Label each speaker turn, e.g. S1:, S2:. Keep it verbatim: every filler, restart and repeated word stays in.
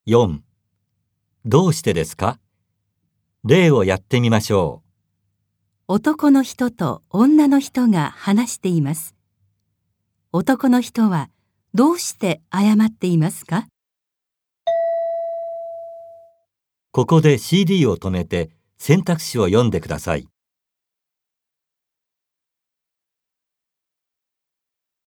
S1: よん、どうしてですか？例をやってみましょう。
S2: 男の人と女の人が話しています。男の人はどうして謝っていますか？
S1: ここで シーディー を止めて選択肢を読んでください。